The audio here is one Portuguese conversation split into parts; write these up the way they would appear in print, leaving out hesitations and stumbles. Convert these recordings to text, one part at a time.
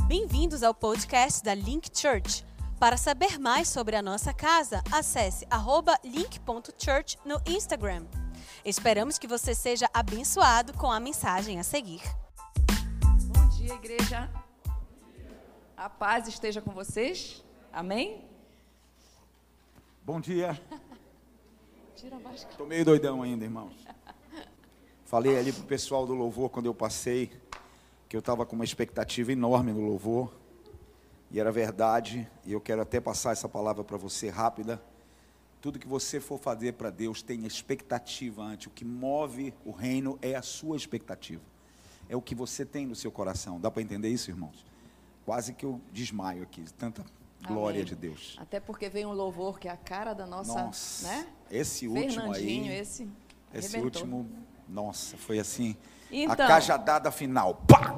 Bem-vindos ao podcast da Link Church. Para saber mais sobre a nossa casa, acesse @link.church no Instagram. Esperamos que você seja abençoado com a mensagem a seguir. Bom dia, igreja. A paz esteja com vocês. Amém? Bom dia. Tira a máscara. Estou meio doidão ainda, irmãos. Falei ali pro pessoal do louvor quando eu passei que eu estava com uma expectativa enorme no louvor. E era verdade. E eu quero até passar essa palavra para você rápida. Tudo que você for fazer para Deus, tenha expectativa antes. O que move o reino é a sua expectativa. É o que você tem no seu coração. Dá para entender isso, irmãos? Quase que eu desmaio aqui, tanta glória de Deus. Até porque vem um louvor que é a cara da nossa, né? Esse último Fernandinho, aí, esse último, nossa, foi assim, então, a cajadada final. Pá!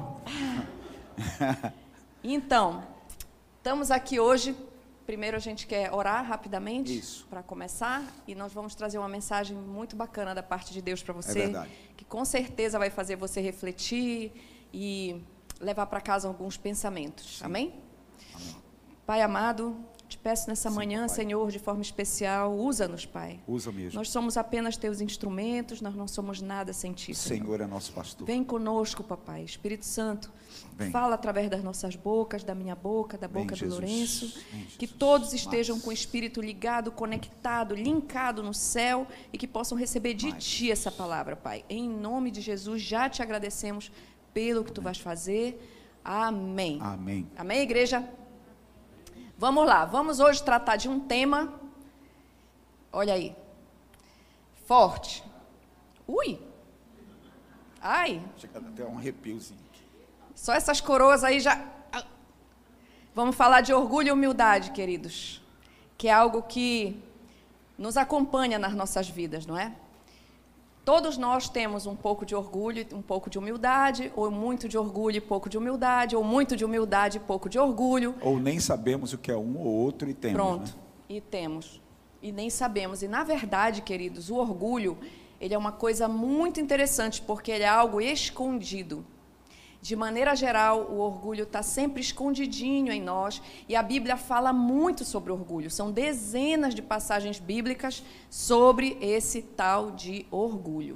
Então, estamos aqui hoje. Primeiro a gente quer orar rapidamente para começar, e nós vamos trazer uma mensagem muito bacana da parte de Deus para você, que com certeza vai fazer você refletir e levar para casa alguns pensamentos. Sim. Amém? Amém. Pai amado, te peço nessa manhã, Pai. Senhor, de forma especial, usa-nos, Pai. Usa mesmo. Nós somos apenas teus instrumentos, nós não somos nada sem ti, Senhor. Senhor é nosso pastor. Vem conosco, Papai. Espírito Santo, vem. Fala através das nossas bocas, da minha boca, da boca do Lourenço. Vem, que todos estejam com o espírito ligado, conectado, linkado no céu, e que possam receber de ti essa palavra, Pai. Em nome de Jesus, já te agradecemos pelo que tu vais fazer. Amém. Amém. Amém, igreja? Vamos lá, vamos hoje tratar de um tema, olha aí, forte. Ui! Ai! Chega até um arrepiozinho. Só essas coroas aí já... Vamos falar de orgulho e humildade, queridos, que é algo que nos acompanha nas nossas vidas, não é? Todos nós temos um pouco de orgulho e um pouco de humildade, ou muito de orgulho e pouco de humildade, ou muito de humildade e pouco de orgulho. Ou nem sabemos o que é um ou outro e temos. Pronto, né? E temos. E nem sabemos. E, na verdade, queridos, o orgulho, ele é uma coisa muito interessante, porque ele é algo escondido. De maneira geral, o orgulho está sempre escondidinho em nós, e a Bíblia fala muito sobre orgulho. São dezenas de passagens bíblicas sobre esse tal de orgulho.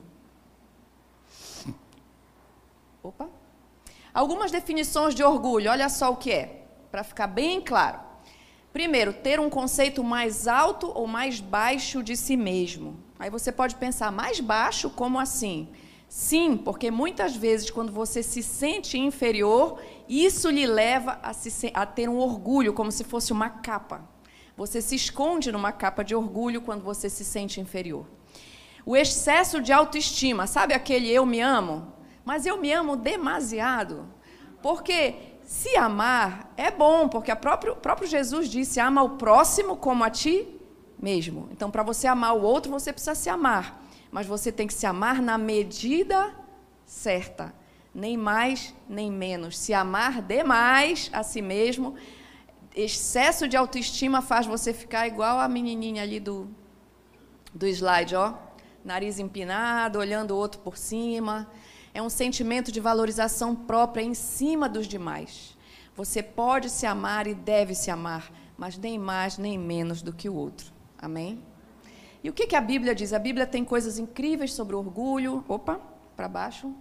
Opa! Algumas definições de orgulho, olha só o que é, para ficar bem claro. Primeiro, ter um conceito mais alto ou mais baixo de si mesmo. Aí você pode pensar, mais baixo? Como assim? Sim, porque muitas vezes, quando você se sente inferior, isso lhe leva a ter um orgulho, como se fosse uma capa. Você se esconde numa capa de orgulho quando você se sente inferior. O excesso de autoestima, sabe aquele eu me amo? Mas eu me amo demasiado. Porque se amar é bom, porque o próprio Jesus disse, ama o próximo como a ti mesmo. Então, para você amar o outro, você precisa se amar. Mas você tem que se amar na medida certa, nem mais, nem menos. Se amar demais a si mesmo, excesso de autoestima faz você ficar igual a menininha ali do slide, ó, nariz empinado, olhando o outro por cima. É um sentimento de valorização própria em cima dos demais. Você pode se amar e deve se amar, mas nem mais, nem menos do que o outro. Amém? E o que a Bíblia diz? A Bíblia tem coisas incríveis sobre o orgulho. Opa, para baixo.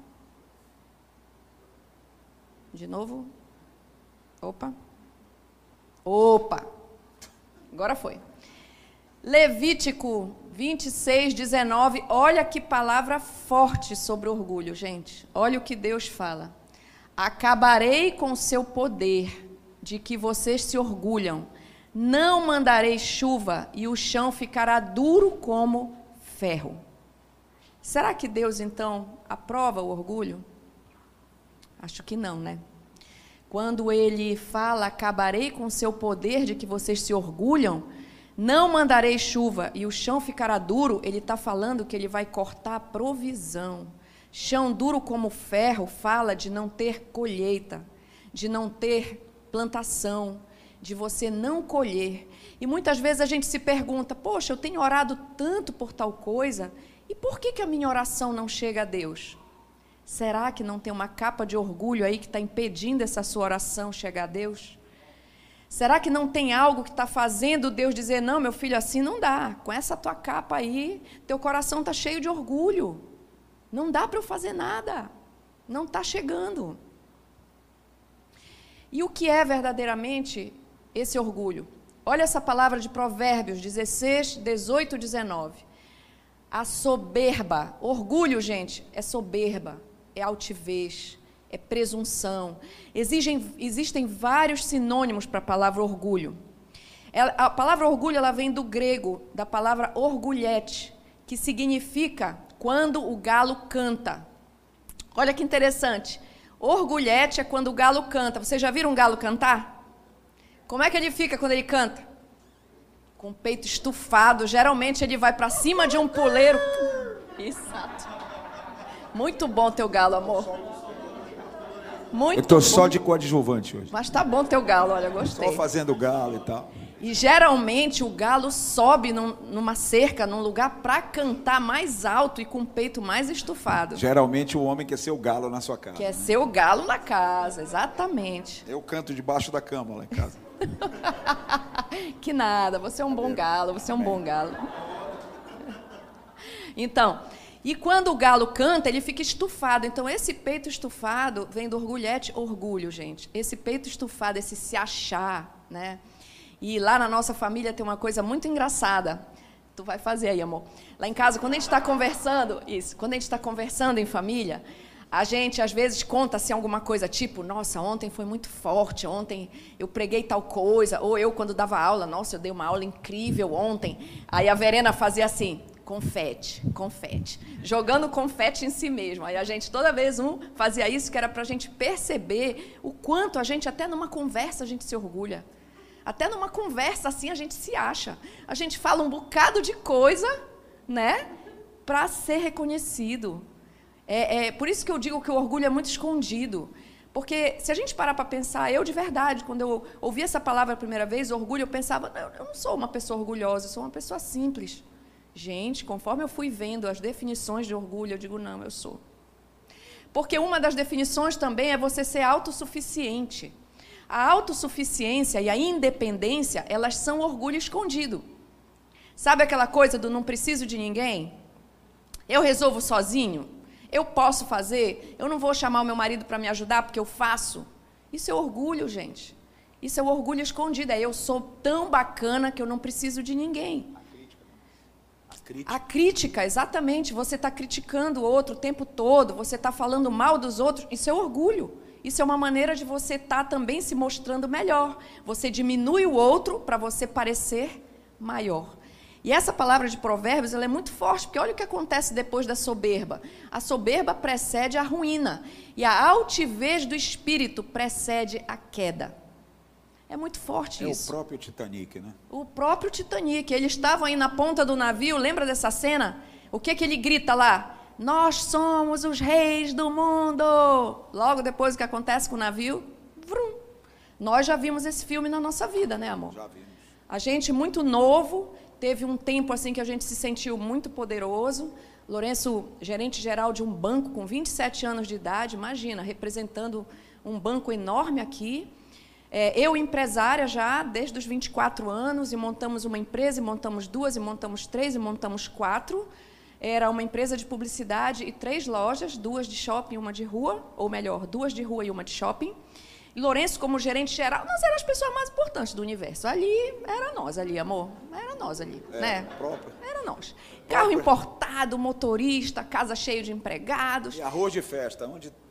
De novo. Opa. Opa. Agora foi. Levítico 26:19. Olha que palavra forte sobre orgulho, gente. Olha o que Deus fala. Acabarei com o seu poder, de que vocês se orgulham. Não mandarei chuva e o chão ficará duro como ferro. Será que Deus, então, aprova o orgulho? Acho que não, né? Quando ele fala, acabarei com o seu poder de que vocês se orgulham, não mandarei chuva e o chão ficará duro, ele está falando que ele vai cortar a provisão. Chão duro como ferro fala de não ter colheita, de não ter plantação, de você não colher. E muitas vezes a gente se pergunta, poxa, eu tenho orado tanto por tal coisa, e por que a minha oração não chega a Deus? Será que não tem uma capa de orgulho aí que está impedindo essa sua oração chegar a Deus? Será que não tem algo que está fazendo Deus dizer, não, meu filho, assim não dá. Com essa tua capa aí, teu coração está cheio de orgulho. Não dá para eu fazer nada. Não está chegando. E o que é verdadeiramente esse orgulho? Olha essa palavra de Provérbios 16, 18, 19. A soberba. Orgulho, gente, é soberba, é altivez, é presunção. Existem vários sinônimos para a palavra orgulho. A palavra orgulho ela vem do grego, da palavra orgulhete, que significa quando o galo canta. Olha que interessante. Orgulhete é quando o galo canta. Vocês já viram um galo cantar? Como é que ele fica quando ele canta? Com o peito estufado. Geralmente ele vai para cima de um puleiro. Exato. Muito bom teu galo, amor. Muito eu tô bom. só de coadjuvante hoje. Mas tá bom teu galo, olha, gostei. Estou fazendo galo e tal. E geralmente o galo sobe numa cerca, num lugar para cantar mais alto e com o peito mais estufado. Geralmente o homem quer ser o galo na sua casa. Quer ser o galo na casa, exatamente. Eu canto debaixo da cama lá em casa. Que nada, você é um bom galo, você é um bom galo. Então, e quando o galo canta, ele fica estufado. Então, esse peito estufado vem do orgulhete, orgulho, gente. Esse peito estufado, esse se achar, né? E lá na nossa família tem uma coisa muito engraçada. Tu vai fazer aí, amor. Lá em casa, quando a gente está conversando, quando a gente está conversando em família, a gente às vezes conta assim alguma coisa, tipo, nossa, ontem foi muito forte, ontem eu preguei tal coisa, ou eu quando dava aula, nossa, eu dei uma aula incrível ontem. Aí a Verena fazia assim, confete, confete, jogando confete em si mesmo. Aí a gente, toda vez fazia isso, que era para a gente perceber o quanto a gente, até numa conversa, a gente se orgulha. Até numa conversa assim, a gente se acha. A gente fala um bocado de coisa, né, para ser reconhecido. Por isso que eu digo que o orgulho é muito escondido. Porque se a gente parar para pensar, eu de verdade, quando eu ouvi essa palavra a primeira vez, orgulho, eu pensava, não, eu não sou uma pessoa orgulhosa, eu sou uma pessoa simples. Gente, conforme eu fui vendo as definições de orgulho, eu digo, não, eu sou. Porque uma das definições também é você ser autossuficiente. A autossuficiência e a independência, elas são orgulho escondido. Sabe aquela coisa do não preciso de ninguém? Eu resolvo sozinho? Eu posso fazer? Eu não vou chamar o meu marido para me ajudar porque eu faço? Isso é orgulho, gente. Isso é o orgulho escondido. Eu sou tão bacana que eu não preciso de ninguém. A crítica, exatamente. Você está criticando o outro o tempo todo, você está falando mal dos outros. Isso é orgulho. Isso é uma maneira de você estar também se mostrando melhor. Você diminui o outro para você parecer maior. E essa palavra de Provérbios ela é muito forte, porque olha o que acontece depois da soberba. A soberba precede a ruína. E a altivez do espírito precede a queda. É muito forte isso. É o próprio Titanic, né? O próprio Titanic. Eles estavam aí na ponta do navio, lembra dessa cena? O que ele grita lá? Nós somos os reis do mundo. Logo depois do que acontece com o navio, vrum. Nós já vimos esse filme na nossa vida, né, amor? Já vimos. A gente muito novo, teve um tempo assim que a gente se sentiu muito poderoso. Lourenço, gerente geral de um banco com 27 anos de idade, imagina, representando um banco enorme aqui. Eu, empresária já, desde os 24 anos, e montamos uma empresa, e montamos 2, e montamos 3, e montamos 4. Era uma empresa de publicidade e 3 lojas, 2 de shopping e uma de rua, ou melhor, 2 de rua e uma de shopping. E Lourenço, como gerente geral, nós éramos as pessoas mais importantes do universo. Ali, era nós ali, amor. Era nós ali, né? Próprio. Era nós. Carro importado, motorista, casa cheia de empregados. E arroz de festa,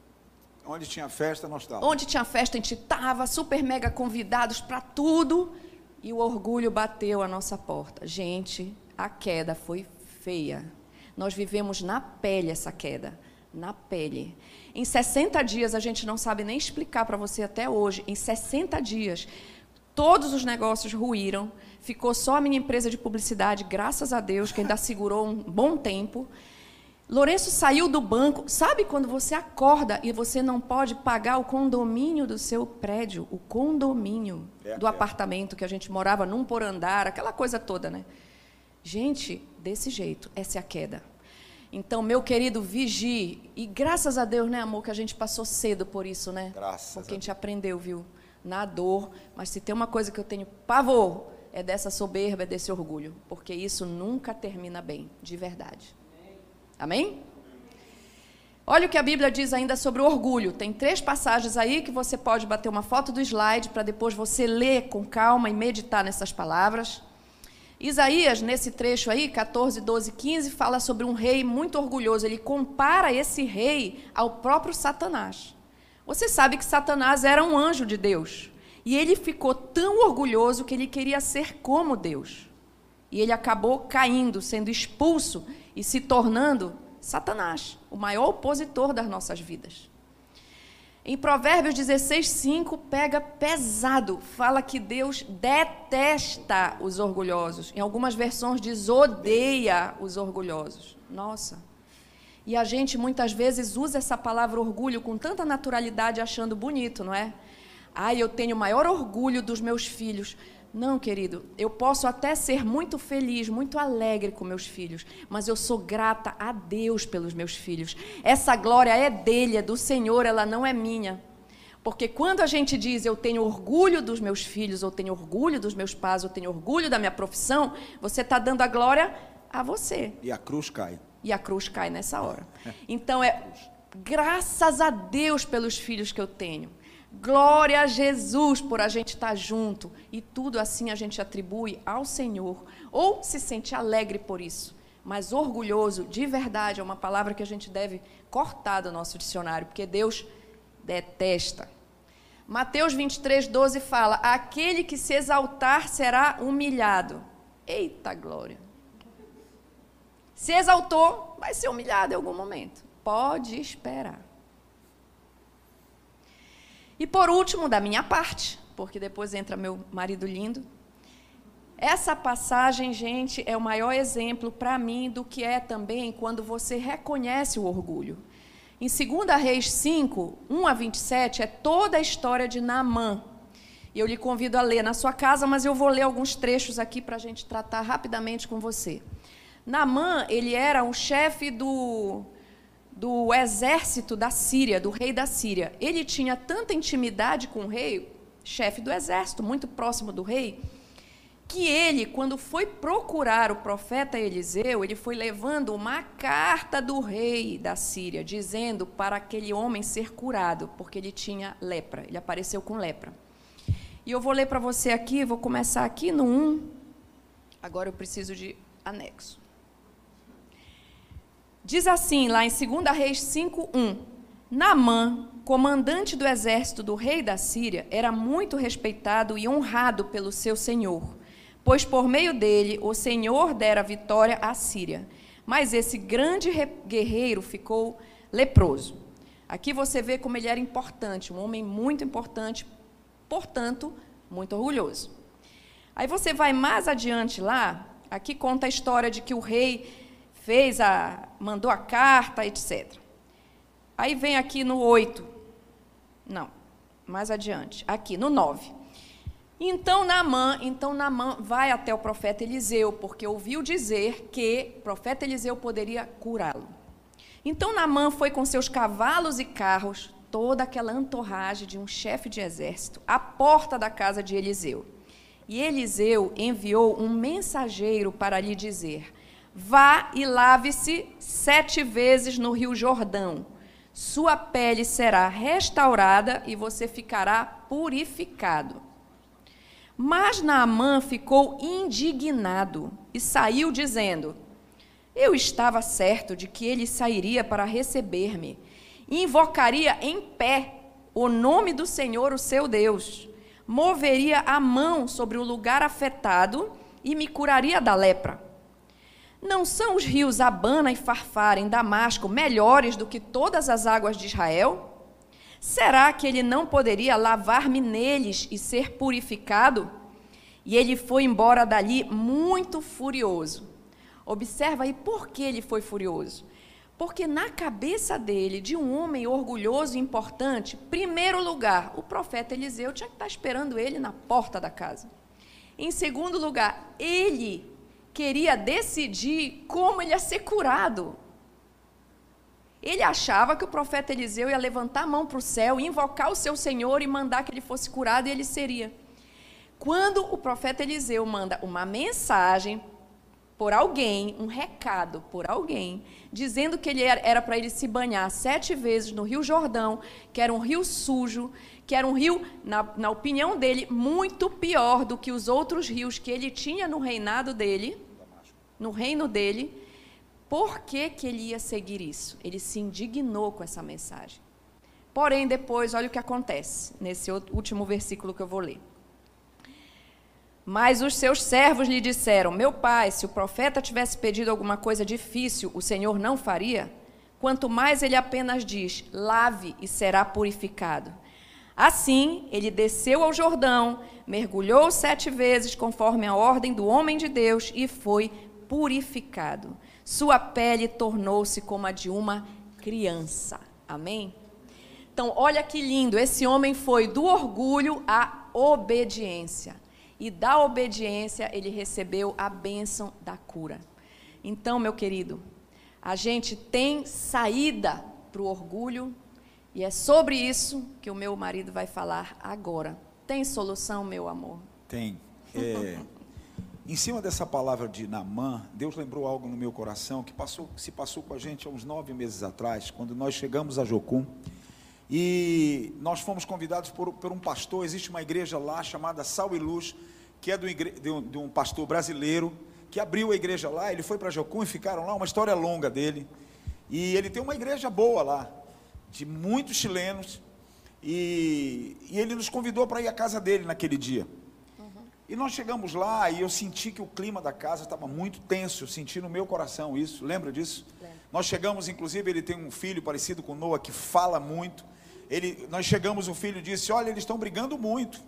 onde tinha festa, nós estávamos. Onde tinha festa, a gente estava, super mega convidados para tudo. E o orgulho bateu a nossa porta. Gente, a queda foi feia. Nós vivemos na pele essa queda. Na pele. Em 60 dias, a gente não sabe nem explicar para você até hoje, em 60 dias, todos os negócios ruíram, ficou só a minha empresa de publicidade, graças a Deus, que ainda segurou um bom tempo. Lourenço saiu do banco. Sabe quando você acorda e você não pode pagar o condomínio do seu prédio, o condomínio do apartamento que a gente morava num por andar, aquela coisa toda, né? Gente, desse jeito, essa é a queda. Então, meu querido, vigie. E graças a Deus, né, amor, que a gente passou cedo por isso, né? Graças Porque a gente a Deus. aprendeu, viu? Na dor. Mas se tem uma coisa que eu tenho pavor, é dessa soberba, é desse orgulho. Porque isso nunca termina bem, de verdade. Amém? Olha o que a Bíblia diz ainda sobre o orgulho. Tem 3 passagens aí que você pode bater uma foto do slide para depois você ler com calma e meditar nessas palavras. Isaías, nesse trecho aí, 14, 12, 15, fala sobre um rei muito orgulhoso. Ele compara esse rei ao próprio Satanás. Você sabe que Satanás era um anjo de Deus. E ele ficou tão orgulhoso que ele queria ser como Deus. E ele acabou caindo, sendo expulso e se tornando Satanás, o maior opositor das nossas vidas. Em Provérbios 16, 5, pega pesado, fala que Deus detesta os orgulhosos. Em algumas versões diz odeia os orgulhosos. Nossa! E a gente muitas vezes usa essa palavra orgulho com tanta naturalidade, achando bonito, não é? Eu tenho o maior orgulho dos meus filhos. Não, querido, eu posso até ser muito feliz, muito alegre com meus filhos, mas eu sou grata a Deus pelos meus filhos. Essa glória é dele, é do Senhor, ela não é minha. Porque quando a gente diz eu tenho orgulho dos meus filhos, ou tenho orgulho dos meus pais, ou tenho orgulho da minha profissão, você está dando a glória a você. E a cruz cai. E a cruz cai nessa hora. Então, graças a Deus pelos filhos que eu tenho. Glória a Jesus por a gente estar junto. E tudo assim a gente atribui ao Senhor. Ou se sente alegre por isso. Mas orgulhoso, de verdade, é uma palavra que a gente deve cortar do nosso dicionário, porque Deus detesta. Mateus 23, 12 fala: aquele que se exaltar será humilhado. Eita glória! Se exaltou, vai ser humilhado em algum momento. Pode esperar. E por último, da minha parte, porque depois entra meu marido lindo, essa passagem, gente, é o maior exemplo para mim do que é também quando você reconhece o orgulho. Em 2 Reis 5, 1 a 27, é toda a história de Naamã. E eu lhe convido a ler na sua casa, mas eu vou ler alguns trechos aqui para a gente tratar rapidamente com você. Naamã, ele era um chefe do exército da Síria, do rei da Síria. Ele tinha tanta intimidade com o rei, chefe do exército, muito próximo do rei, que ele, quando foi procurar o profeta Eliseu, ele foi levando uma carta do rei da Síria, dizendo para aquele homem ser curado, porque ele tinha lepra, ele apareceu com lepra. E eu vou ler para você aqui, vou começar aqui no 1, agora eu preciso de anexo. Diz assim, lá em 2 Reis 5:1, Naamã, comandante do exército do rei da Síria, era muito respeitado e honrado pelo seu senhor, pois por meio dele o Senhor dera vitória à Síria. Mas esse grande guerreiro ficou leproso. Aqui você vê como ele era importante, um homem muito importante, portanto, muito orgulhoso. Aí você vai mais adiante lá, aqui conta a história de que o rei mandou a carta, etc. Aí vem aqui no 8, não, mais adiante, aqui no 9. Então Naamã vai até o profeta Eliseu, porque ouviu dizer que o profeta Eliseu poderia curá-lo. Então Naamã foi com seus cavalos e carros, toda aquela entorragem de um chefe de exército, à porta da casa de Eliseu. E Eliseu enviou um mensageiro para lhe dizer: vá e lave-se 7 vezes no rio Jordão. Sua pele será restaurada e você ficará purificado. Mas Naamã ficou indignado e saiu dizendo: eu estava certo de que ele sairia para receber-me e invocaria em pé o nome do Senhor, o seu Deus. Moveria a mão sobre o lugar afetado e me curaria da lepra. Não são os rios Abana e Farfar em Damasco melhores do que todas as águas de Israel? Será que ele não poderia lavar-me neles e ser purificado? E ele foi embora dali muito furioso. Observa aí por que ele foi furioso. Porque na cabeça dele, de um homem orgulhoso e importante, primeiro lugar, o profeta Eliseu tinha que estar esperando ele na porta da casa. Em segundo lugar, ele queria decidir como ele ia ser curado. Ele achava que o profeta Eliseu ia levantar a mão para o céu, invocar o seu Senhor e mandar que ele fosse curado e ele seria. Quando o profeta Eliseu manda uma mensagem por alguém, um recado por alguém, dizendo que ele era para ele se banhar 7 vezes no Rio Jordão, que era um rio sujo, que era um rio, na opinião dele, muito pior do que os outros rios que ele tinha no reinado dele, no reino dele. Por que ele ia seguir isso? Ele se indignou com essa mensagem. Porém, depois, olha o que acontece, nesse último versículo que eu vou ler. Mas os seus servos lhe disseram: meu pai, se o profeta tivesse pedido alguma coisa difícil, o Senhor não faria? Quanto mais ele apenas diz: lave e será purificado. Assim, ele desceu ao Jordão, mergulhou 7 vezes, conforme a ordem do homem de Deus, e foi purificado. Sua pele tornou-se como a de uma criança. Amém? Então, olha que lindo, esse homem foi do orgulho à obediência. E da obediência ele recebeu a bênção da cura. Então, meu querido, a gente tem saída para o orgulho, e é sobre isso que o meu marido vai falar agora. Tem solução, meu amor? Tem. Em cima dessa palavra de Naamã, Deus lembrou algo no meu coração que se passou com a gente há uns 9 meses atrás, quando nós chegamos a Jocum, e nós fomos convidados por um pastor. Existe uma igreja lá chamada Sal e Luz, que é de um pastor brasileiro, que abriu a igreja lá. Ele foi para Jocum e ficaram lá, uma história longa dele, e ele tem uma igreja boa lá, de muitos chilenos, e ele nos convidou para ir à casa dele naquele dia. E nós chegamos lá e eu senti que o clima da casa estava muito tenso, eu senti no meu coração isso, lembra disso? Lembra. Nós chegamos, inclusive, ele tem um filho parecido com Noah, que fala muito. Nós chegamos, o filho disse: olha, eles estão brigando muito.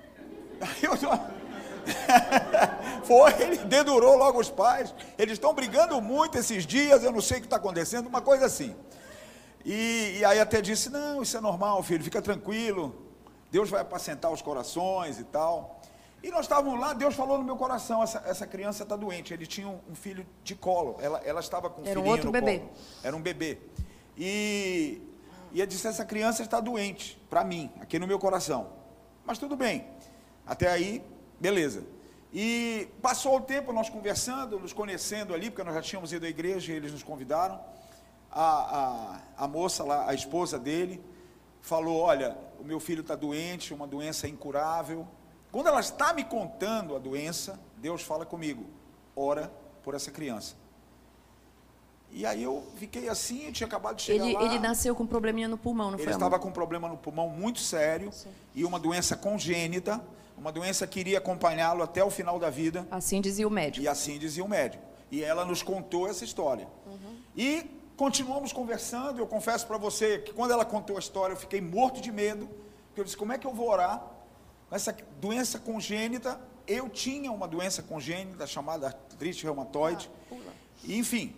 Ele dedurou logo os pais: eles estão brigando muito esses dias, eu não sei o que está acontecendo, uma coisa assim. E aí até disse: não, isso é normal, filho, fica tranquilo, Deus vai apacentar os corações e tal. E nós estávamos lá, Deus falou no meu coração: essa criança está doente. Ele tinha um filho de colo, ela estava com um filhinho no colo. Era um outro bebê. Era um bebê. E ele disse: essa criança está doente, para mim, aqui no meu coração. Mas tudo bem, até aí, beleza. E passou o tempo, nós conversando, nos conhecendo ali, porque nós já tínhamos ido à igreja e eles nos convidaram. A moça lá, a esposa dele, falou: olha, o meu filho está doente, uma doença incurável. Quando ela está me contando a doença, Deus fala comigo: ora por essa criança. E aí eu fiquei assim, eu tinha acabado de chegar lá. Ele nasceu com um probleminha no pulmão, não foi? Ele estava com um problema no pulmão muito sério. Sim. E uma doença congênita, uma doença que iria acompanhá-lo até o final da vida. Assim dizia o médico. E assim dizia o médico. E ela nos contou essa história. E continuamos conversando. Eu confesso para você que quando ela contou a história, eu fiquei morto de medo, porque eu disse: como é que eu vou orar com essa doença congênita? Eu tinha uma doença congênita chamada artrite reumatoide. Enfim.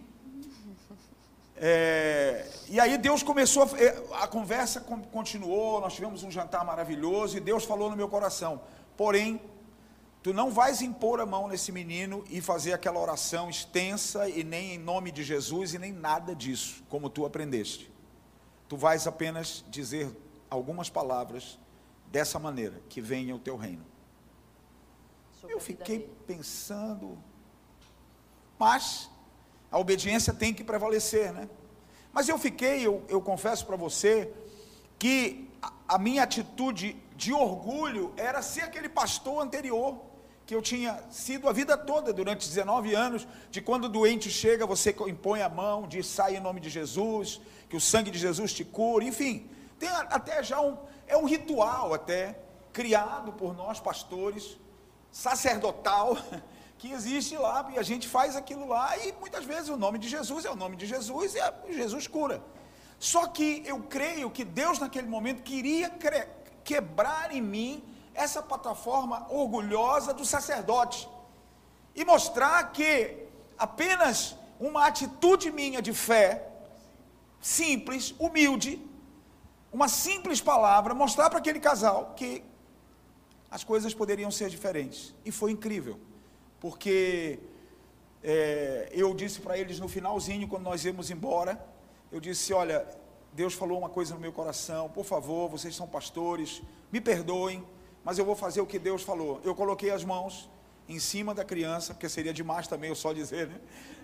E aí Deus começou, a conversa continuou, nós tivemos um jantar maravilhoso e Deus falou no meu coração: porém, tu não vais impor a mão nesse menino e fazer aquela oração extensa, e nem em nome de Jesus, e nem nada disso, como tu aprendeste. Tu vais apenas dizer algumas palavras dessa maneira: que venha o teu reino. Eu fiquei pensando, mas a obediência tem que prevalecer, né? Mas eu confesso para você que a minha atitude de orgulho era ser aquele pastor anterior, que eu tinha sido a vida toda, durante 19 anos, de quando o doente chega, você impõe a mão, diz: sai em nome de Jesus, que o sangue de Jesus te cura. Enfim, tem até já um ritual até, criado por nós pastores, sacerdotal, que existe lá, e a gente faz aquilo lá, e muitas vezes o nome de Jesus é o nome de Jesus, e Jesus cura. Só que eu creio que Deus naquele momento queria quebrar em mim essa plataforma orgulhosa do sacerdote, e mostrar que apenas uma atitude minha de fé, simples, humilde, uma simples palavra, mostrar para aquele casal que as coisas poderiam ser diferentes. E foi incrível, porque eu disse para eles no finalzinho, quando nós íamos embora, eu disse, olha, Deus falou uma coisa no meu coração, por favor, vocês são pastores, me perdoem, mas eu vou fazer o que Deus falou. Eu coloquei as mãos em cima da criança, porque seria demais também eu só dizer, né?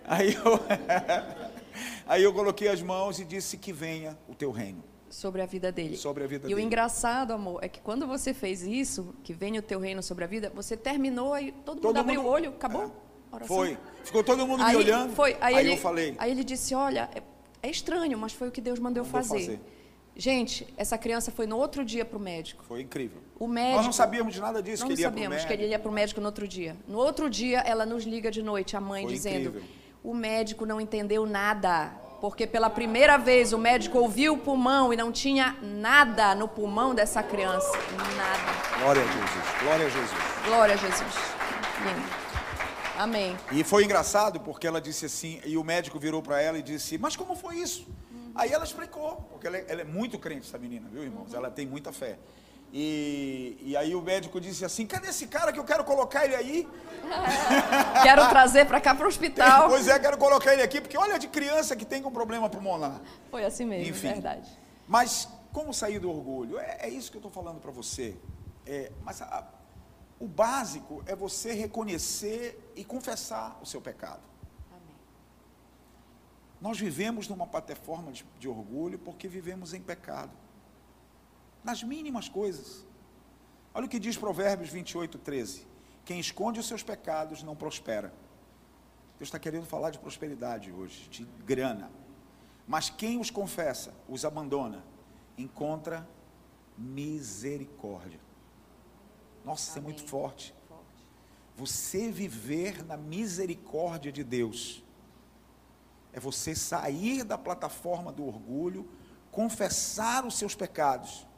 Aí eu coloquei as mãos e disse que venha o teu reino. Sobre a vida dele. Sobre a vida e dele. o engraçado, amor, é que quando você fez isso, que venha o teu reino sobre a vida, você terminou e todo mundo abriu o olho, acabou a oração. Foi. Ficou todo mundo me olhando. Aí eu falei. Aí ele disse, olha, é estranho, mas foi o que Deus mandou fazer. Gente, essa criança foi no outro dia para o médico. Foi incrível. O médico, nós não sabíamos de nada disso, não sabíamos que ele ia para o médico no outro dia. No outro dia, ela nos liga de noite, a mãe foi dizendo, incrível. O médico não entendeu nada, porque pela primeira vez o médico ouviu o pulmão e não tinha nada no pulmão dessa criança. Nada. Glória a Jesus, glória a Jesus. Glória a Jesus. Lindo. Amém. E foi engraçado, porque ela disse assim, e o médico virou para ela e disse, mas como foi isso? Aí ela explicou, porque ela é muito crente, essa menina, viu, irmãos? Ela tem muita fé. E aí o médico disse assim, cadê esse cara que eu quero colocar ele aí? Quero trazer para cá para o hospital. Pois é, quero colocar ele aqui, porque olha de criança que tem um problema pulmonar. Foi assim mesmo, enfim, verdade. Mas como sair do orgulho? É isso que eu estou falando para você. O básico é você reconhecer e confessar o seu pecado. Amém. Nós vivemos numa plataforma de orgulho porque vivemos em pecado. Nas mínimas coisas. Olha o que diz Provérbios 28:13. Quem esconde os seus pecados não prospera. Deus está querendo falar de prosperidade hoje, de grana. Mas quem os confessa, os abandona, encontra misericórdia. Nossa, isso é muito forte. Você viver na misericórdia de Deus é você sair da plataforma do orgulho, confessar os seus pecados.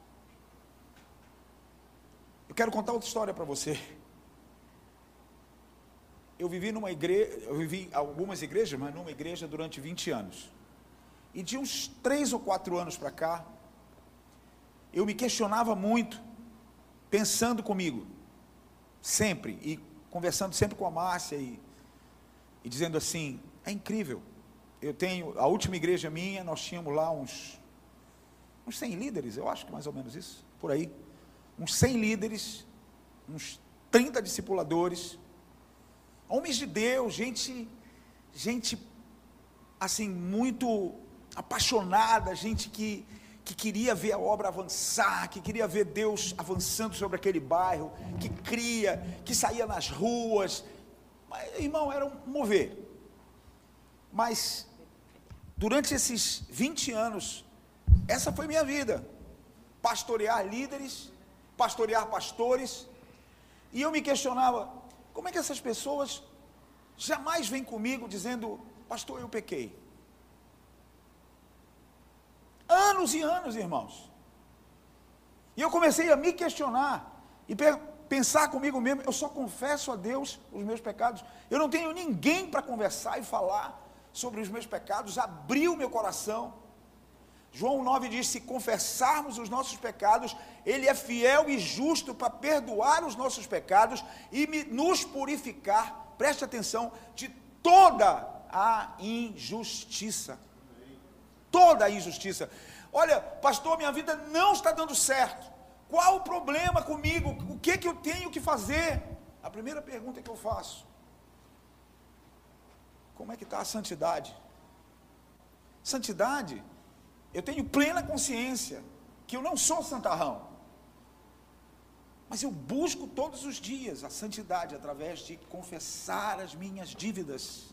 Eu quero contar outra história para você. Eu vivi numa igreja, eu vivi algumas igrejas, mas numa igreja durante 20 anos. E de uns 3 ou 4 anos para cá, eu me questionava muito, pensando comigo, sempre, e conversando sempre com a Márcia, e dizendo assim, é incrível, eu tenho, a última igreja minha, nós tínhamos lá uns 100 líderes, eu acho que mais ou menos isso, por aí, uns 100 líderes, uns 30 discipuladores, homens de Deus, gente assim, muito apaixonada, gente que queria ver a obra avançar, que queria ver Deus avançando sobre aquele bairro, que cria, que saía nas ruas, mas, irmão, era um mover. Mas, durante esses 20 anos, essa foi minha vida, pastorear líderes, pastorear pastores, e eu me questionava, como é que essas pessoas jamais vêm comigo dizendo, pastor, eu pequei? Anos e anos, irmãos. E eu comecei a me questionar e pensar comigo mesmo, eu só confesso a Deus os meus pecados. Eu não tenho ninguém para conversar e falar sobre os meus pecados, abrir o meu coração. João 9 diz, se confessarmos os nossos pecados, Ele é fiel e justo para perdoar os nossos pecados e nos purificar, preste atenção, de toda a injustiça. Toda a injustiça. Olha, pastor, minha vida não está dando certo. Qual o problema comigo? O que eu tenho que fazer? A primeira pergunta que eu faço, como é que está a santidade? Santidade, eu tenho plena consciência que eu não sou santarrão, mas eu busco todos os dias a santidade através de confessar as minhas dívidas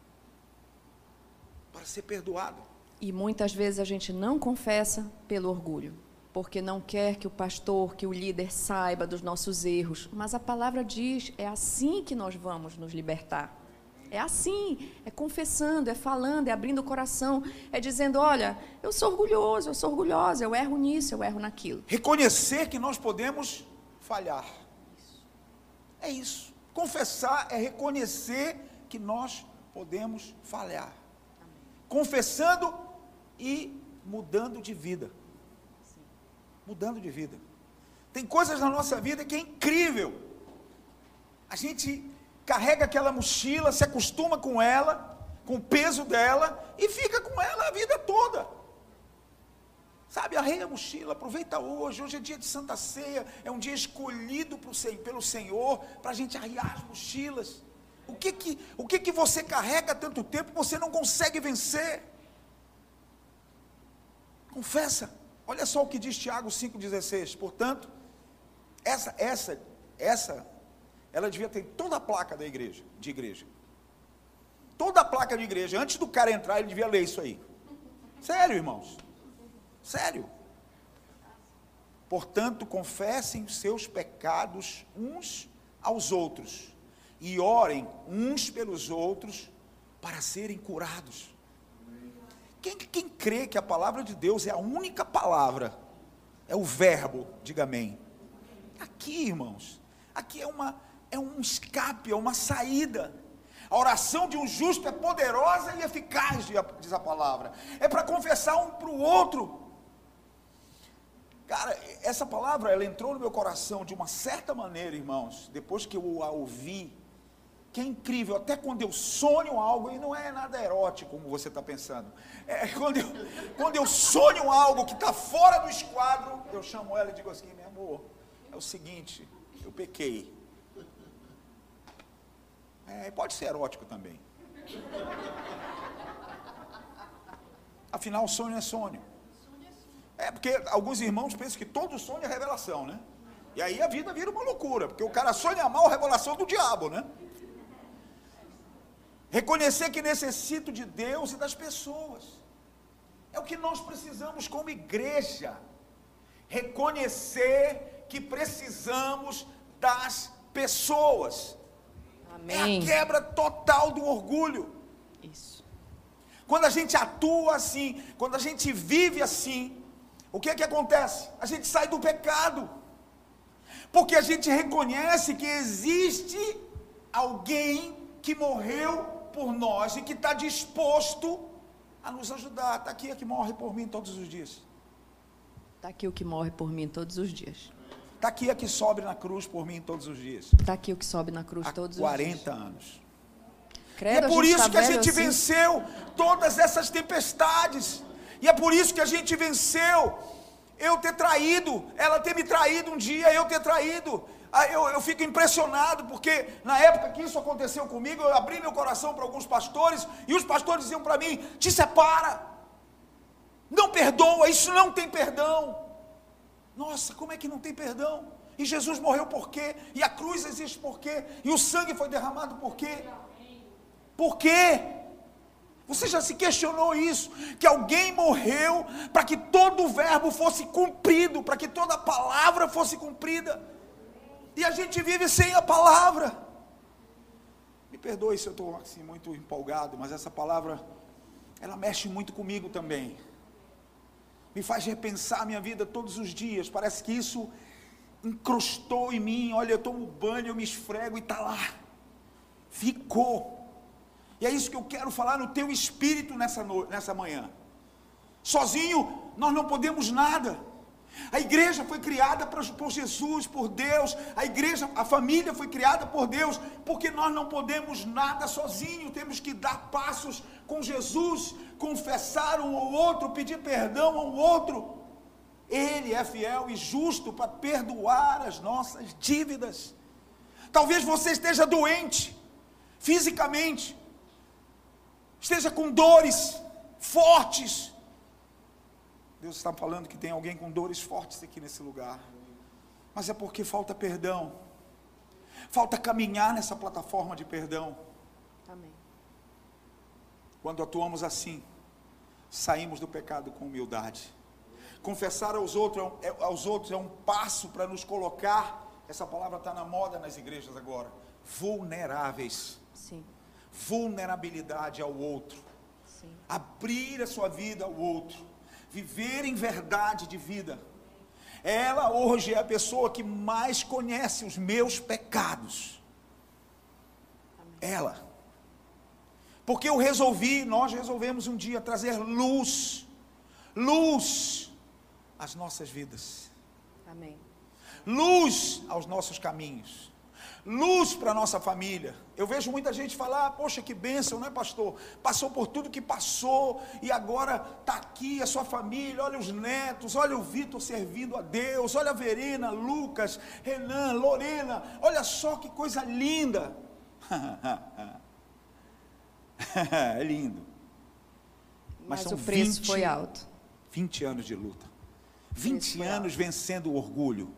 para ser perdoado. E muitas vezes a gente não confessa pelo orgulho, porque não quer que o pastor, que o líder saiba dos nossos erros. Mas a palavra diz, é assim que nós vamos nos libertar. É assim, é confessando, é falando, é abrindo o coração, é dizendo, olha, eu sou orgulhoso, eu sou orgulhosa, eu erro nisso, eu erro naquilo. Reconhecer que nós podemos falhar. É isso. Confessar é reconhecer que nós podemos falhar. Confessando e mudando de vida. Mudando de vida. Tem coisas na nossa vida que é incrível. A gente carrega aquela mochila, se acostuma com ela, com o peso dela e fica com ela a vida toda. Sabe, arreia a mochila, aproveita hoje é dia de Santa Ceia, é um dia escolhido pelo Senhor, para a gente arriar as mochilas. O que você carrega há tanto tempo que você não consegue vencer? Confessa. Olha só o que diz Tiago 5,16. Portanto, essa, ela devia ter toda a placa de igreja. Toda a placa de igreja. Antes do cara entrar, ele devia ler isso aí. Sério, irmãos. Sério. Portanto, confessem os seus pecados uns aos outros e orem uns pelos outros para serem curados. Quem crê que a palavra de Deus é a única palavra, é o verbo, diga amém. Aqui, irmãos, aqui é um escape, é uma saída. A oração de um justo é poderosa e eficaz, diz a palavra. É para confessar um para o outro. Cara, essa palavra, ela entrou no meu coração de uma certa maneira, irmãos, depois que eu a ouvi, que é incrível, até quando eu sonho algo, e não é nada erótico, como você está pensando, quando eu sonho algo que está fora do esquadro, eu chamo ela e digo assim, meu amor, é o seguinte, eu pequei. Pode ser erótico também. Afinal, sonho é sonho. Porque alguns irmãos pensam que todo sonho é revelação, né? E aí a vida vira uma loucura, porque o cara sonha mal, a revelação do diabo, né? Reconhecer que necessito de Deus e das pessoas. É o que nós precisamos como igreja. Reconhecer que precisamos das pessoas. Amém. É a quebra total do orgulho. Isso. Quando a gente atua assim, quando a gente vive assim, o que é que acontece? A gente sai do pecado, porque a gente reconhece que existe alguém que morreu por nós e que está disposto a nos ajudar. Está aqui a que morre por mim todos os dias. Está aqui o que morre por mim todos os dias. Está aqui a que sobe na cruz por mim todos os dias. Está aqui o que sobe na cruz todos os dias. Há 40 anos. Credo, e é por isso que a gente assim. venceu todas essas tempestades. E é por isso que a gente venceu eu ter traído, ela ter me traído um dia, eu ter traído. Eu fico impressionado, porque na época que isso aconteceu comigo, eu abri meu coração para alguns pastores, e os pastores diziam para mim, te separa, não perdoa, isso não tem perdão. Nossa, como é que não tem perdão? E Jesus morreu por quê? E a cruz existe por quê? E o sangue foi derramado por quê? Por quê? Você já se questionou isso? Que alguém morreu para que todo o verbo fosse cumprido, para que toda a palavra fosse cumprida. E a gente vive sem a palavra. Me perdoe se eu estou assim, muito empolgado, mas essa palavra, ela mexe muito comigo também. Me faz repensar a minha vida todos os dias. Parece que isso encrustou em mim. Olha, eu tomo banho, eu me esfrego e está lá. Ficou. E é isso que eu quero falar no teu espírito nessa manhã. Sozinho nós não podemos nada. A igreja foi criada por Jesus, por Deus. A família foi criada por Deus, porque nós não podemos nada sozinho. Temos que dar passos com Jesus, confessar um ao outro, pedir perdão ao outro. Ele é fiel e justo para perdoar as nossas dívidas. Talvez você esteja doente, fisicamente, esteja com dores fortes. Deus está falando que tem alguém com dores fortes aqui nesse lugar. Mas é porque falta perdão. Falta caminhar nessa plataforma de perdão. Amém. Quando atuamos assim, saímos do pecado com humildade. Confessar aos outros é um passo para nos colocar, essa palavra está na moda nas igrejas agora, vulneráveis. Sim. Vulnerabilidade ao outro. Sim. Abrir a sua vida ao outro. Viver em verdade de vida. Ela hoje é a pessoa que mais conhece os meus pecados. Amém. Ela. Porque nós resolvemos um dia trazer luz às nossas vidas. Amém. Luz aos nossos caminhos. luz para a nossa família. Eu vejo muita gente falar, poxa, que bênção, não é, pastor? Passou por tudo que passou, e agora está aqui a sua família, olha os netos, olha o Vitor servindo a Deus, olha a Verena, Lucas, Renan, Lorena, olha só que coisa linda. É lindo. Mas o preço foi alto. 20 anos de luta. 20 anos vencendo o orgulho.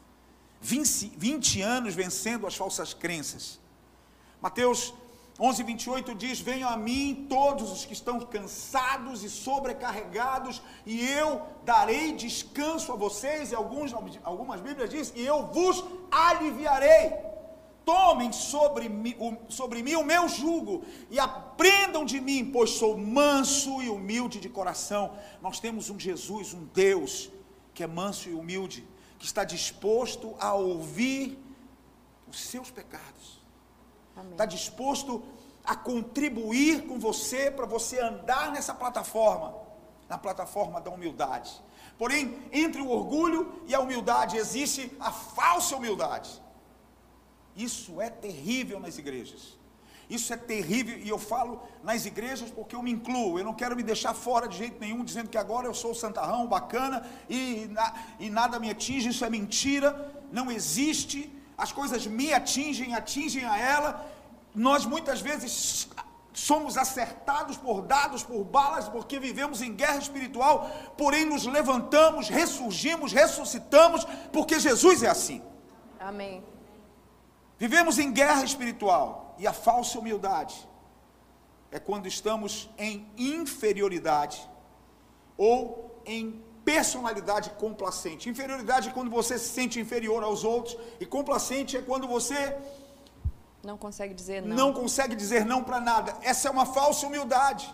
20 anos vencendo as falsas crenças. Mateus 11:28 diz: venham a mim todos os que estão cansados e sobrecarregados, e eu darei descanso a vocês. E algumas Bíblias dizem: e eu vos aliviarei. Tomem sobre mim o meu jugo e aprendam de mim, pois sou manso e humilde de coração. Nós temos um Jesus, um Deus que é manso e humilde, que está disposto a ouvir os seus pecados. Amém. Está disposto a contribuir com você, para você andar nessa plataforma, na plataforma da humildade. Porém, entre o orgulho e a humildade existe a falsa humildade. Isso é terrível nas igrejas. Isso é terrível, e eu falo nas igrejas porque eu me incluo. Eu não quero me deixar fora de jeito nenhum, dizendo que agora eu sou santarrão, bacana, e nada me atinge. Isso é mentira, não existe. As coisas me atingem a ela. Nós muitas vezes somos acertados por dados, por balas, porque vivemos em guerra espiritual, porém nos levantamos, ressurgimos, ressuscitamos, porque Jesus é assim. Amém. Vivemos em guerra espiritual, e a falsa humildade é quando estamos em inferioridade ou em personalidade complacente. Inferioridade é quando você se sente inferior aos outros, e complacente é quando você não consegue dizer não. Não consegue dizer não para nada. Essa é uma falsa humildade.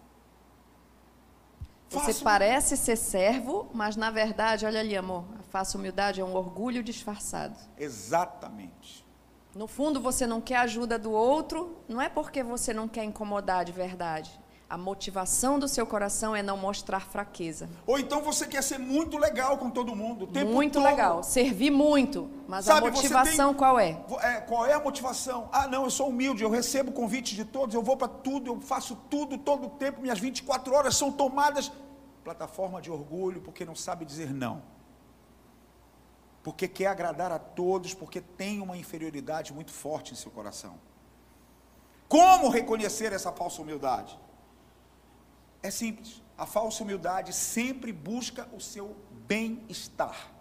Você parece ser servo, mas na verdade, olha ali, amor, a falsa humildade é um orgulho disfarçado. Exatamente. No fundo, você não quer a ajuda do outro, não é porque você não quer incomodar de verdade. A motivação do seu coração é não mostrar fraqueza. Ou então você quer ser muito legal com todo mundo, o tempo muito todo. Legal, servir muito, mas sabe, a motivação qual é? Qual é a motivação? Ah, não, eu sou humilde, eu recebo convites de todos, eu vou para tudo, eu faço tudo, todo o tempo, minhas 24 horas são tomadas. Plataforma de orgulho, porque não sabe dizer não. Porque quer agradar a todos, porque tem uma inferioridade muito forte em seu coração. Como reconhecer essa falsa humildade? É simples. A falsa humildade sempre busca o seu bem-estar.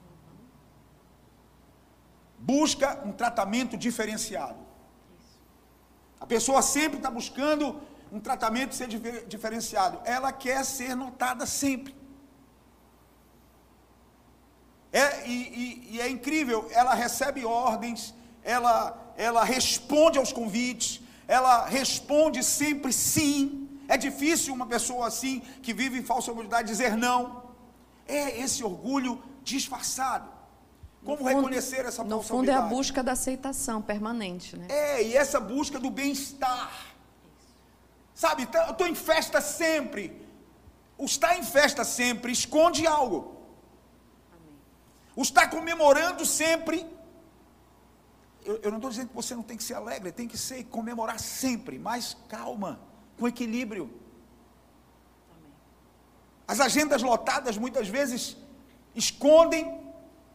Busca um tratamento diferenciado. A pessoa sempre está buscando um tratamento ser diferenciado. Ela quer ser notada sempre. E é incrível, ela recebe ordens, ela responde aos convites, ela responde sempre sim. É difícil uma pessoa assim, que vive em falsa humildade, dizer não. É esse orgulho disfarçado. Como reconhecer essa falsa humildade? No fundo é a busca da aceitação permanente, né? E essa busca do bem-estar. Sabe, eu estou em festa sempre. O estar em festa sempre esconde algo. O estar comemorando sempre, eu não estou dizendo que você não tem que ser alegre, tem que ser, comemorar sempre, mas calma, com equilíbrio. Amém. As agendas lotadas muitas vezes escondem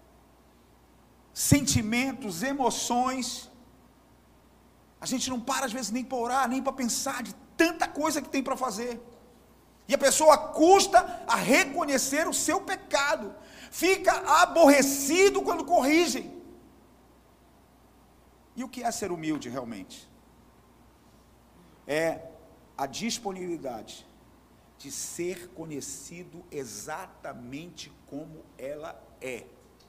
sentimentos, emoções. A gente não para às vezes nem para orar, nem para pensar de tanta coisa que tem para fazer. E a pessoa custa a reconhecer o seu pecado, fica aborrecido quando corrigem. E o que é ser humilde realmente? É a disponibilidade de ser conhecido exatamente como ela é.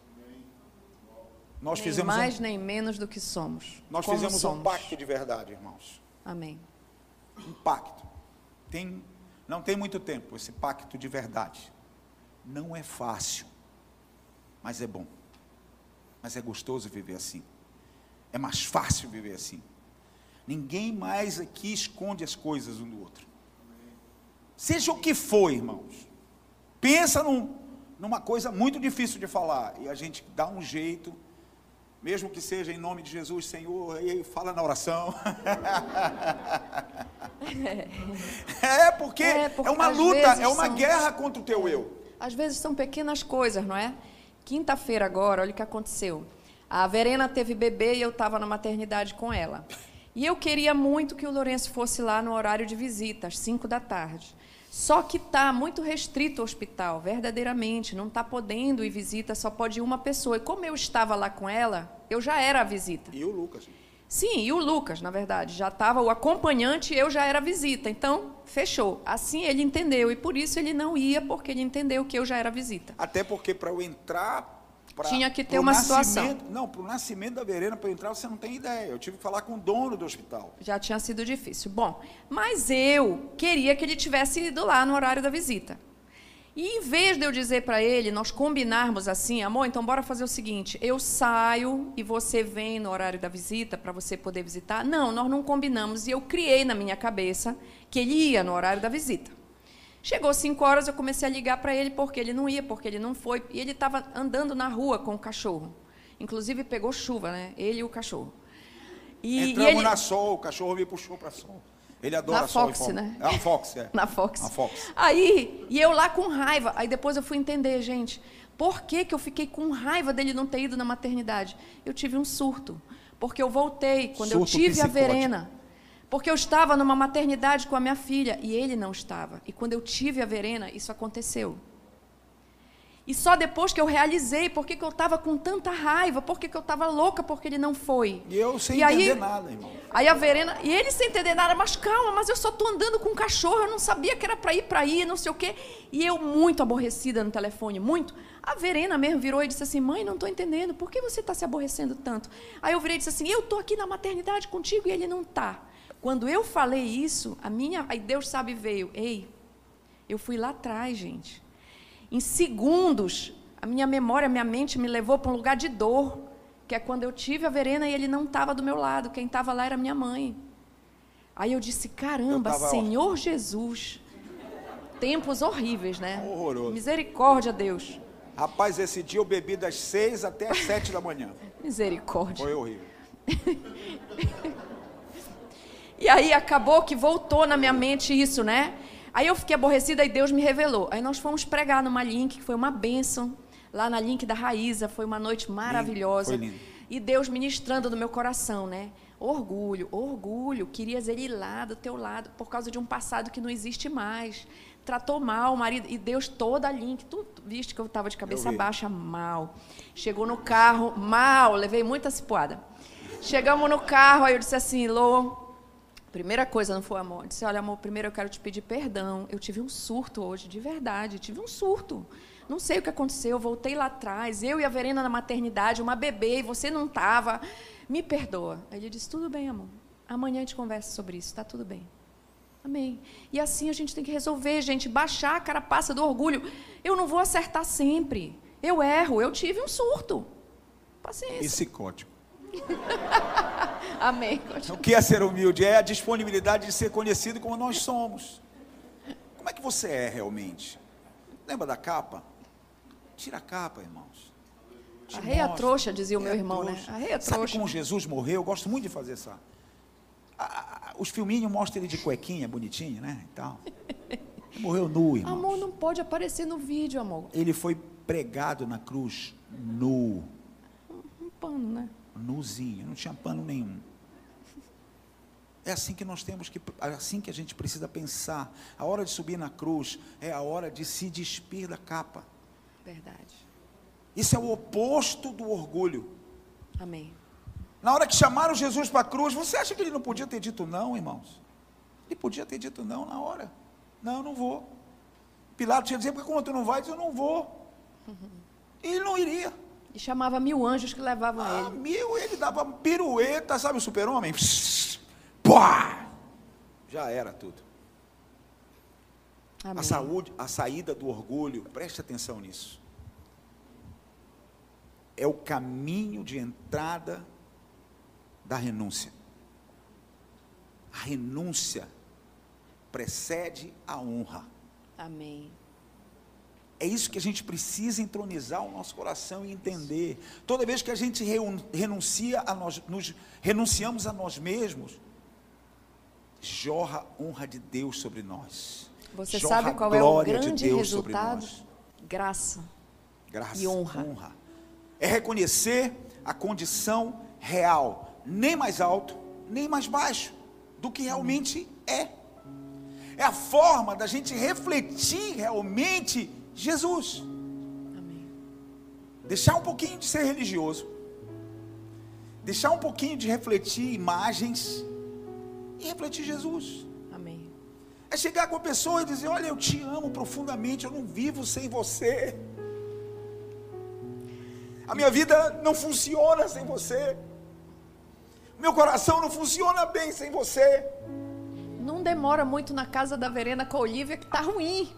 Nós nem fizemos mais nem menos do que somos. Nós fizemos um pacto de verdade, irmãos. Amém. Um pacto. Não tem muito tempo esse pacto de verdade. Não é fácil, mas é bom. Mas é gostoso viver assim. É mais fácil viver assim. Ninguém mais aqui esconde as coisas um do outro. Seja o que for, irmãos. Pensa numa coisa muito difícil de falar, e a gente dá um jeito Mesmo que seja em nome de Jesus, Senhor, aí fala na oração. Porque é uma luta, é uma guerra contra o teu eu. Às vezes são pequenas coisas, não é? Quinta-feira agora, olha o que aconteceu. A Verena teve bebê e eu estava na maternidade com ela. E eu queria muito que o Lourenço fosse lá no horário de visita, às 5 da tarde. Só que está muito restrito o hospital, verdadeiramente. Não está podendo ir visita, só pode ir uma pessoa. E como eu estava lá com ela, eu já era a visita. E o Lucas? Sim, e o Lucas, na verdade. Já estava o acompanhante e eu já era a visita. Então, fechou. Assim ele entendeu. E por isso ele não ia, porque ele entendeu que eu já era a visita. Até porque para eu entrar... Tinha que ter uma situação. Não, para o nascimento da Verena, para eu entrar, você não tem ideia. Eu tive que falar com o dono do hospital. Já tinha sido difícil. Bom, mas eu queria que ele tivesse ido lá no horário da visita. E em vez de eu dizer para ele, nós combinarmos assim, amor, então bora fazer o seguinte, eu saio e você vem no horário da visita para você poder visitar. Não, nós não combinamos e eu criei na minha cabeça que ele ia no horário da visita. Chegou 5 horas, eu comecei a ligar para ele porque ele não ia, porque ele não foi. E ele estava andando na rua com o cachorro. Inclusive, pegou chuva, né? Ele e o cachorro. Entramos na Sol, o cachorro me puxou para a Sol. Ele adora na Sol. Fox, né? É a Fox, é. Na Fox. Na Fox. Aí, e eu lá com raiva. Aí depois eu fui entender, gente, por que eu fiquei com raiva dele não ter ido na maternidade? Eu tive um surto. Porque eu voltei, quando eu tive psicótico. A Verena... Porque eu estava numa maternidade com a minha filha e ele não estava. E quando eu tive a Verena, isso aconteceu. E só depois que eu realizei por que eu estava com tanta raiva, por que eu estava louca porque ele não foi. E eu sem entender nada, irmão. Aí a Verena, e ele sem entender nada, mas calma, mas eu só estou andando com um cachorro, eu não sabia que era para ir, não sei o quê. E eu muito aborrecida no telefone, muito. A Verena mesmo virou e disse assim, mãe, não estou entendendo, por que você está se aborrecendo tanto? Aí eu virei e disse assim, eu estou aqui na maternidade contigo e ele não está. Quando eu falei isso, aí Deus sabe veio. Ei, eu fui lá atrás, gente. Em segundos, a minha memória, a minha mente me levou para um lugar de dor, que é quando eu tive a Verena e ele não estava do meu lado. Quem estava lá era minha mãe. Aí eu disse, caramba, Senhor Jesus. Tempos horríveis, né? Horroroso. Misericórdia, Deus. Rapaz, esse dia eu bebi das 6 até as 7 da manhã. Misericórdia. Foi horrível. E aí acabou que voltou na minha mente isso, né? Aí eu fiquei aborrecida e Deus me revelou. Aí nós fomos pregar numa Link, que foi uma bênção, lá na Link da Raíza, foi uma noite maravilhosa. Foi lindo. E Deus ministrando no meu coração, né? Orgulho, querias ele ir lá do teu lado, por causa de um passado que não existe mais. Tratou mal o marido, e Deus toda a Link, tu viste que eu estava de cabeça baixa, mal. Chegou no carro, mal, levei muita cipuada. Chegamos no carro, aí eu disse assim, Lô, primeira coisa, não foi amor. Eu disse, olha, amor, primeiro eu quero te pedir perdão. Eu tive um surto hoje, de verdade, tive um surto. Não sei o que aconteceu, eu voltei lá atrás, eu e a Verena na maternidade, uma bebê, e você não estava. Me perdoa. Aí ele disse, tudo bem, amor. Amanhã a gente conversa sobre isso, está tudo bem. Amém. E assim a gente tem que resolver, gente, baixar a carapaça do orgulho. Eu não vou acertar sempre. Eu erro, eu tive um surto. Paciência. Psicótico. Amém. O que é ser humilde? É a disponibilidade de ser conhecido como nós somos. Como é que você é realmente? Lembra da capa? Tira a capa, irmãos. Arreia a trouxa, dizia o meu irmão, né? Arreia a trouxa. Sabe como Jesus morreu? Eu gosto muito de fazer essa. Os filminhos mostram ele de cuequinha, bonitinho, né? E tal. Ele morreu nu, irmãos. Amor, não pode aparecer no vídeo, amor. Ele foi pregado na cruz nu. Um pano, né? Nuzinho, não tinha pano nenhum. É assim que nós temos que, assim que a gente precisa pensar. A hora de subir na cruz é a hora de se despir da capa. Verdade. Isso é o oposto do orgulho. Amém. Na hora que chamaram Jesus para a cruz, você acha que ele não podia ter dito não, irmãos? Ele podia ter dito não na hora. Não, não vou. Pilatos tinha dizer, porque como tu não vai, eu não vou. E ele não iria. E chamava 1000 anjos que levavam ele. Ele dava pirueta, sabe o super-homem? Pá! Já era tudo. Amém. A saída do orgulho, preste atenção nisso. É o caminho de entrada da renúncia. A renúncia precede a honra. Amém. É isso que a gente precisa entronizar o nosso coração e entender. Toda vez que a gente renunciamos a nós mesmos, jorra a honra de Deus sobre nós. Você Jorra sabe qual a é o glória de grande Deus sobre resultado? nós. Graça. Graça E honra. É reconhecer a condição real, nem mais alto, nem mais baixo do que realmente é. É a forma da gente refletir realmente Jesus. Amém. Deixar um pouquinho de ser religioso, deixar um pouquinho de refletir imagens e refletir Jesus. Amém. É chegar com a pessoa e dizer: olha, eu te amo profundamente, eu não vivo sem você. A minha vida não funciona sem você. Meu coração não funciona bem sem você. Não demora muito na casa da Verena com a Olivia, que tá ruim.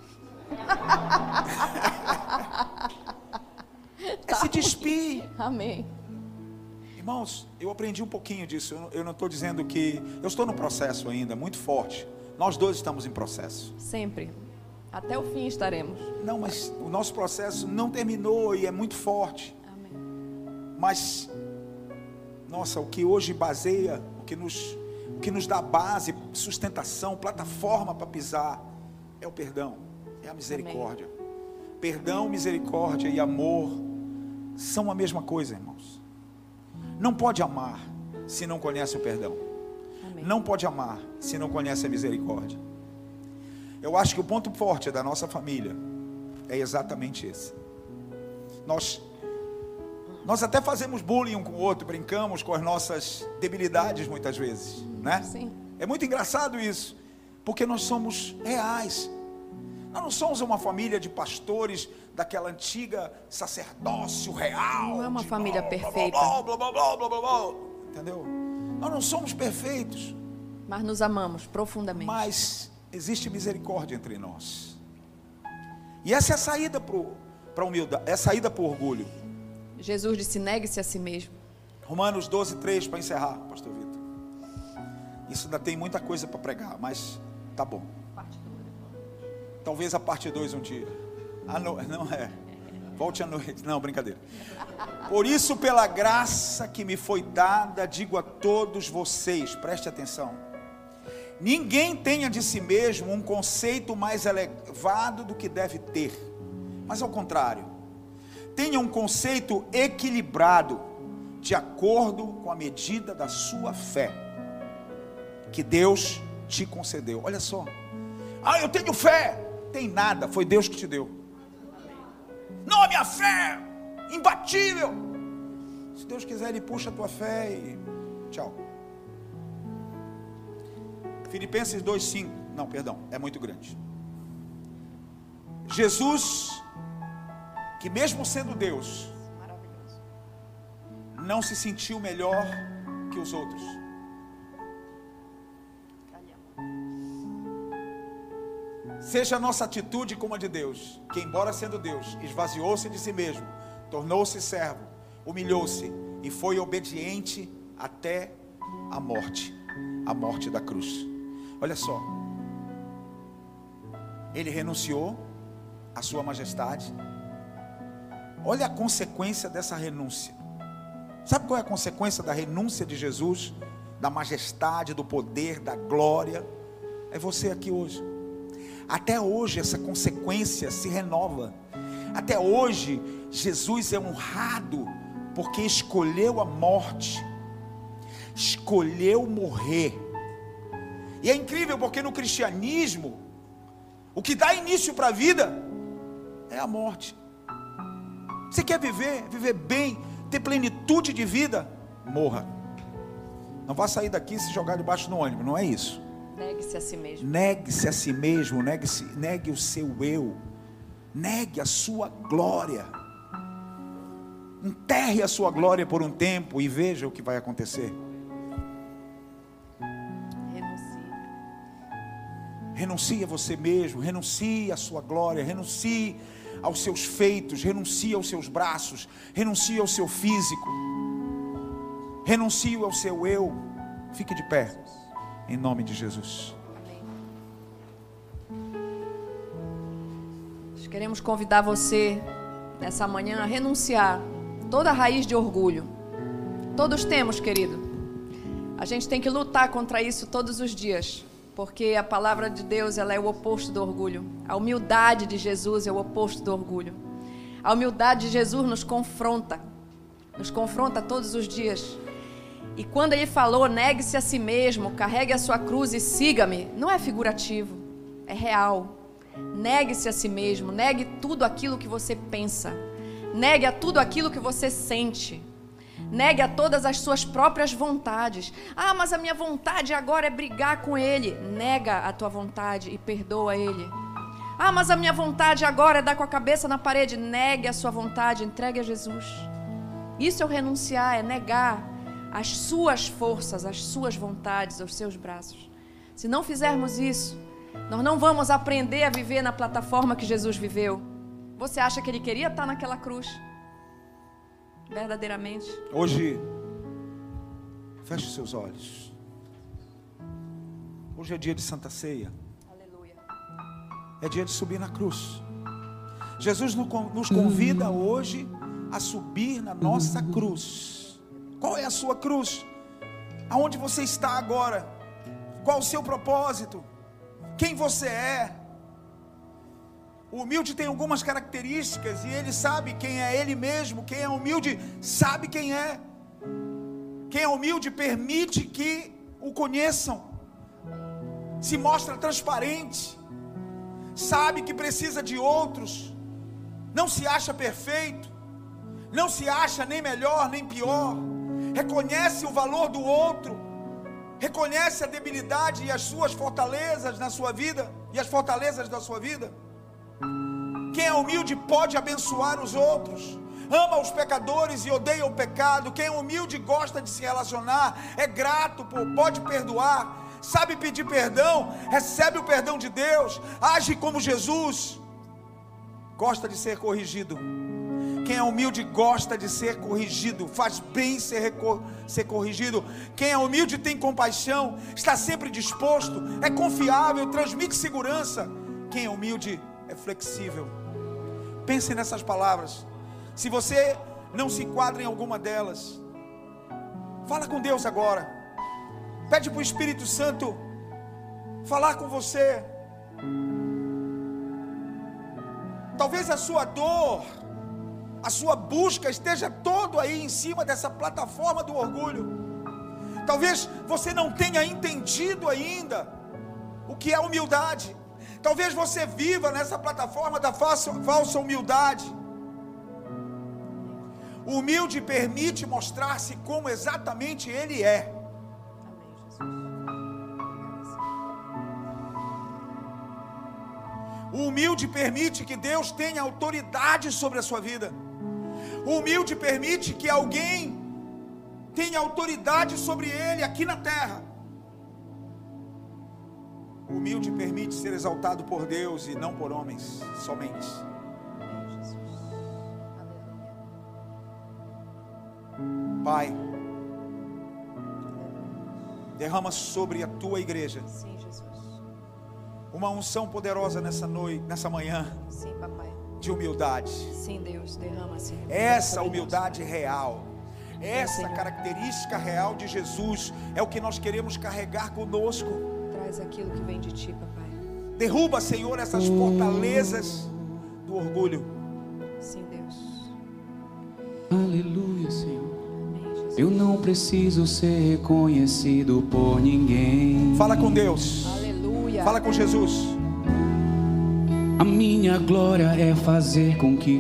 É se despir. Amém. Irmãos, eu aprendi um pouquinho disso. Eu não estou dizendo que... Eu estou no processo ainda, muito forte. Nós dois estamos em processo. Sempre. Até o fim estaremos. Não, mas o nosso processo não terminou e é muito forte. Amém. Mas, nossa, o que hoje baseia, o que nos dá base, sustentação, plataforma para pisar, é o perdão, é a misericórdia. Amém. Perdão, misericórdia e amor são a mesma coisa, irmãos. Não pode amar se não conhece o perdão. Amém. Não pode amar se não conhece a misericórdia. Eu acho que o ponto forte da nossa família é exatamente esse. Nós até fazemos bullying um com o outro, brincamos com as nossas debilidades muitas vezes, né? Sim. É muito engraçado isso, porque nós somos reais. Nós não somos uma família de pastores daquela antiga sacerdócio real. Não é uma família perfeita. Entendeu? Nós não somos perfeitos. Mas nos amamos profundamente. Mas existe misericórdia entre nós. E essa é a saída para a humildade, é a saída para o orgulho. Jesus disse: negue-se a si mesmo. Romanos 12:3, para encerrar, pastor Vitor. Isso ainda tem muita coisa para pregar, mas tá bom. Talvez a parte 2 um dia. Não é. Volte à noite. Não, brincadeira. Por isso, pela graça que me foi dada, digo a todos vocês, preste atenção. Ninguém tenha de si mesmo um conceito mais elevado do que deve ter. Mas ao contrário, tenha um conceito equilibrado, de acordo com a medida da sua fé, que Deus te concedeu. Olha só. Eu tenho fé. Tem nada, foi Deus que te deu. Não, a minha fé imbatível. Se Deus quiser, Ele puxa a tua fé e tchau. Filipenses 2:5. Não, perdão, é muito grande. Jesus, que mesmo sendo Deus, não se sentiu melhor que os outros. Seja a nossa atitude como a de Deus, que embora sendo Deus, esvaziou-se de si mesmo, tornou-se servo, humilhou-se e foi obediente até a morte da cruz. Olha só, Ele renunciou à sua majestade. Olha a consequência dessa renúncia. Sabe qual é a consequência da renúncia de Jesus, da majestade, do poder, da glória? É você aqui hoje. Até hoje essa consequência se renova. Até hoje Jesus é honrado porque escolheu a morte, escolheu morrer. E é incrível porque no cristianismo o que dá início para a vida é a morte. Você quer viver bem, ter plenitude de vida? Morra. Não vá sair daqui e se jogar debaixo do ônibus, não é isso. Negue-se a si mesmo. Negue-se a si mesmo, negue o seu eu, negue a sua glória. Enterre a sua glória por um tempo e veja o que vai acontecer. Renuncie a você mesmo, renuncie à sua glória, renuncie aos seus feitos, renuncie aos seus braços, renuncie ao seu físico, renuncie ao seu eu. Fique de pé, em nome de Jesus. Amém. queremos convidar você, nessa manhã, a renunciar toda a raiz de orgulho. Todos temos, querido. A gente tem que lutar contra isso todos os dias, porque a palavra de Deus, ela é o oposto do orgulho. A humildade de Jesus é o oposto do orgulho. A humildade de Jesus nos confronta todos os dias. E quando ele falou, negue-se a si mesmo, carregue a sua cruz e siga-me, não é figurativo, é real. Negue-se a si mesmo, negue tudo aquilo que você pensa, negue a tudo aquilo que você sente, negue a todas as suas próprias vontades. Ah, mas a minha vontade agora é brigar com ele. Nega a tua vontade e perdoa ele. Ah, mas a minha vontade agora é dar com a cabeça na parede. Negue a sua vontade, entregue a Jesus. Isso é o renunciar, é negar as suas forças, as suas vontades, os seus braços. Se não fizermos isso, nós não vamos aprender a viver na plataforma que Jesus viveu. Você acha que ele queria estar naquela cruz? Verdadeiramente. Hoje, feche os seus olhos. Hoje é dia de Santa Ceia. Aleluia. É dia de subir na cruz. Jesus nos convida hoje a subir na nossa cruz. Qual é a sua cruz? Aonde você está agora? Qual o seu propósito? Quem você é? O humilde tem algumas características e ele sabe quem é ele mesmo. Quem é humilde sabe quem é. Quem é humilde permite que o conheçam. Se mostra transparente. Sabe que precisa de outros. Não se acha perfeito. Não se acha nem melhor nem pior. Reconhece o valor do outro. Reconhece a debilidade e as suas fortalezas na sua vida. E as fortalezas da sua vida. Quem é humilde pode abençoar os outros. Ama os pecadores e odeia o pecado. Quem é humilde gosta de se relacionar. É grato, pode perdoar. Sabe pedir perdão. Recebe o perdão de Deus. Age como Jesus. Gosta de ser corrigido. Quem é humilde gosta de ser corrigido. Faz bem ser corrigido. Quem é humilde tem compaixão. Está sempre disposto. É confiável. Transmite segurança. Quem é humilde é flexível. Pense nessas palavras. Se você não se enquadra em alguma delas, fala com Deus agora. Pede para o Espírito Santo falar com você. Talvez a sua dor, a sua busca esteja todo aí em cima dessa plataforma do orgulho. Talvez você não tenha entendido ainda o que é humildade. Talvez você viva nessa plataforma da falsa humildade. O humilde permite mostrar-se como exatamente ele é. O humilde permite que Deus tenha autoridade sobre a sua vida. O humilde permite que alguém tenha autoridade sobre ele aqui na terra. O humilde permite ser exaltado por Deus e não por homens somente. Pai, derrama sobre a tua igreja uma unção poderosa nessa noite, nessa manhã. Sim, papai. De humildade. Sim, Deus, derrama, Senhor. Essa humildade real, essa característica real de Jesus é o que nós queremos carregar conosco. Traz aquilo que vem de ti, papai. Derruba, Senhor, essas fortalezas do orgulho. Sim, Deus. Aleluia, Senhor. Eu não preciso ser reconhecido por ninguém. Fala com Deus. Aleluia. Fala com Jesus. A minha glória é fazer com que